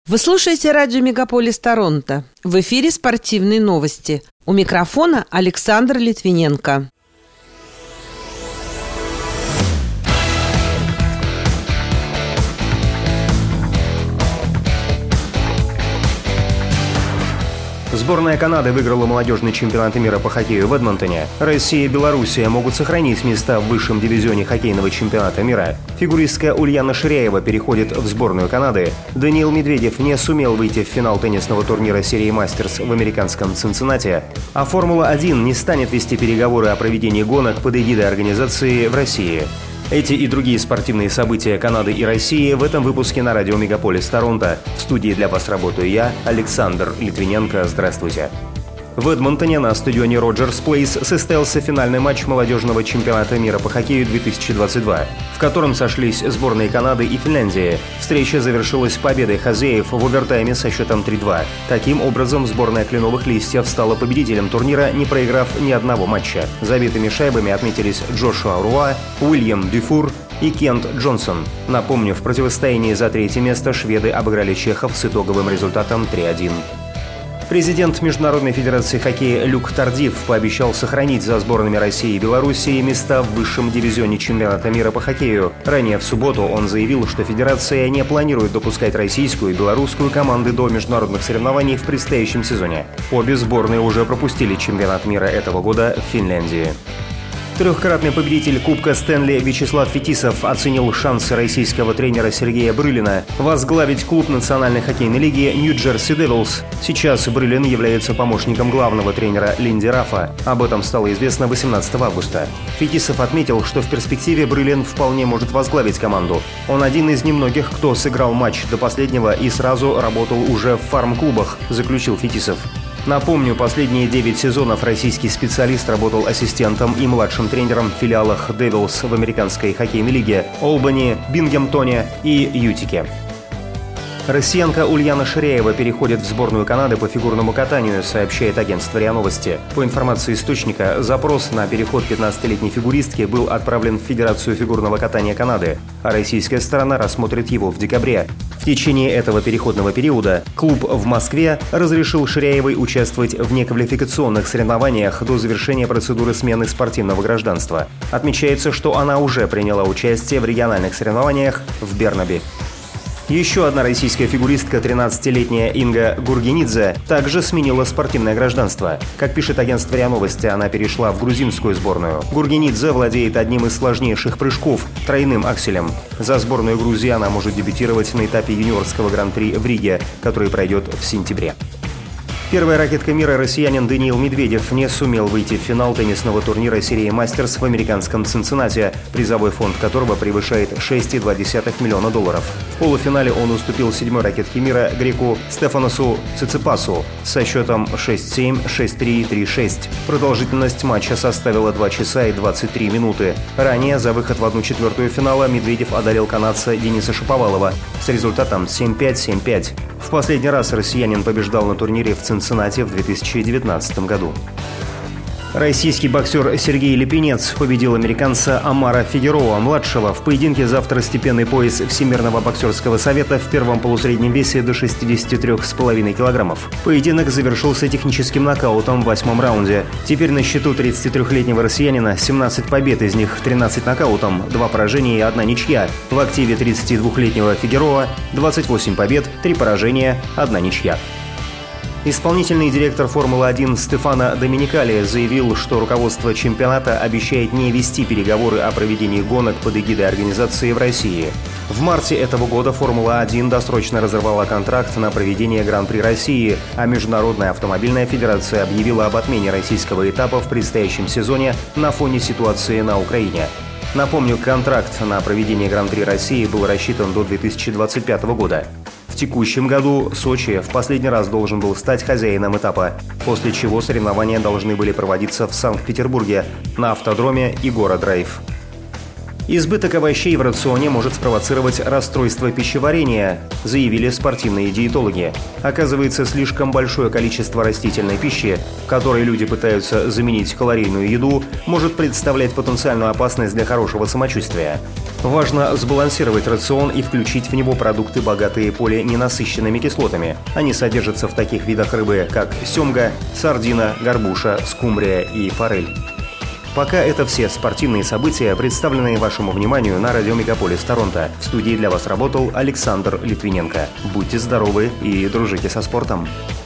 Вы слушаете радио «Мегаполис Торонто». В эфире спортивные новости. У микрофона Александр Литвиненко. Сборная Канады выиграла молодежный чемпионат мира по хоккею в Эдмонтоне. Россия и Белоруссия могут сохранить места в высшем дивизионе хоккейного чемпионата мира. Фигуристка Ульяна Ширяева переходит в сборную Канады. Даниил Медведев не сумел выйти в финал теннисного турнира серии «Мастерс» в американском Цинциннати. А Формула-1 не станет вести переговоры о проведении гонок под эгидой организации в России. Эти и другие спортивные события Канады и России в этом выпуске на радио «Мегаполис Торонто». В студии для вас работаю я, Александр Литвиненко. Здравствуйте. В Эдмонтоне на стадионе Роджерс Плейс состоялся финальный матч молодежного чемпионата мира по хоккею 2022, в котором сошлись сборные Канады и Финляндии. Встреча завершилась победой хозяев в овертайме со счетом 3-2. Таким образом, сборная Кленовых листьев стала победителем турнира, не проиграв ни одного матча. Забитыми шайбами отметились Джошуа Руа, Уильям Дюфур и Кент Джонсон. Напомню, в противостоянии за третье место шведы обыграли чехов с итоговым результатом 3-1. Президент Международной федерации хоккея Люк Тардив пообещал сохранить за сборными России и Белоруссии места в высшем дивизионе чемпионата мира по хоккею. Ранее в субботу он заявил, что федерация не планирует допускать российскую и белорусскую команды до международных соревнований в предстоящем сезоне. Обе сборные уже пропустили чемпионат мира этого года в Финляндии. Трехкратный победитель Кубка Стэнли Вячеслав Фетисов оценил шансы российского тренера Сергея Брылина возглавить клуб Национальной хоккейной лиги Нью-Джерси Девилс. Сейчас Брылин является помощником главного тренера Линди Рафа. Об этом стало известно 18 августа. Фетисов отметил, что в перспективе Брылин вполне может возглавить команду. Он один из немногих, кто сыграл матч до последнего и сразу работал уже в фарм-клубах, заключил Фетисов. Напомню, последние 9 сезонов российский специалист работал ассистентом и младшим тренером в филиалах Девилс в американской хоккейной лиге, Олбани, Бингемтоне и Ютике. Россиянка Ульяна Ширяева переходит в сборную Канады по фигурному катанию, сообщает агентство РИА Новости. По информации источника, запрос на переход 15-летней фигуристки был отправлен в Федерацию фигурного катания Канады, а российская сторона рассмотрит его в декабре. В течение этого переходного периода клуб в Москве разрешил Ширяевой участвовать в неквалификационных соревнованиях до завершения процедуры смены спортивного гражданства. Отмечается, что она уже приняла участие в региональных соревнованиях в Бернаби. Еще одна российская фигуристка, 13-летняя Инга Гургенидзе, также сменила спортивное гражданство. Как пишет агентство РИА Новости, она перешла в грузинскую сборную. Гургенидзе владеет одним из сложнейших прыжков – тройным акселем. За сборную Грузии она может дебютировать на этапе юниорского гран-при в Риге, который пройдет в сентябре. Первая ракетка мира россиянин Даниил Медведев не сумел выйти в финал теннисного турнира серии «Мастерс» в американском Цинциннати, призовой фонд которого превышает $6,2 миллиона. В полуфинале он уступил седьмой ракетке мира греку Стефаносу Циципасу со счетом 6-7, 6-3, 3-6. Продолжительность матча составила 2 часа и 23 минуты. Ранее за выход в 1/4 финала Медведев одолел канадца Дениса Шаповалова с результатом 7-5, 7-5. В последний раз россиянин побеждал на турнире в Цинциннати в 2019 году. Российский боксер Сергей Лепенец победил американца Амара Фигероа-младшего в поединке за второстепенный пояс Всемирного боксерского совета в первом полусреднем весе до 63,5 килограммов. Поединок завершился техническим нокаутом в 8-м раунде. Теперь на счету 33-летнего россиянина 17 побед, из них 13 нокаутом, 2 поражения и 1 ничья. В активе 32-летнего Фигероа 28 побед, 3 поражения, 1 ничья. Исполнительный директор «Формулы-1» Стефано Доминикали заявил, что руководство чемпионата обещает не вести переговоры о проведении гонок под эгидой организации в России. В марте этого года «Формула-1» досрочно разорвала контракт на проведение Гран-при России, а Международная автомобильная федерация объявила об отмене российского этапа в предстоящем сезоне на фоне ситуации на Украине. Напомню, контракт на проведение Гран-при России был рассчитан до 2025 года. В текущем году Сочи в последний раз должен был стать хозяином этапа, после чего соревнования должны были проводиться в Санкт-Петербурге на автодроме Игора Драйв. Избыток овощей в рационе может спровоцировать расстройство пищеварения, заявили спортивные диетологи. Оказывается, слишком большое количество растительной пищи, которой люди пытаются заменить калорийную еду, может представлять потенциальную опасность для хорошего самочувствия. Важно сбалансировать рацион и включить в него продукты, богатые полиненасыщенными кислотами. Они содержатся в таких видах рыбы, как семга, сардина, горбуша, скумбрия и форель. Пока это все спортивные события, представленные вашему вниманию на радио Мегаполис Торонто. В студии для вас работал Александр Литвиненко. Будьте здоровы и дружите со спортом.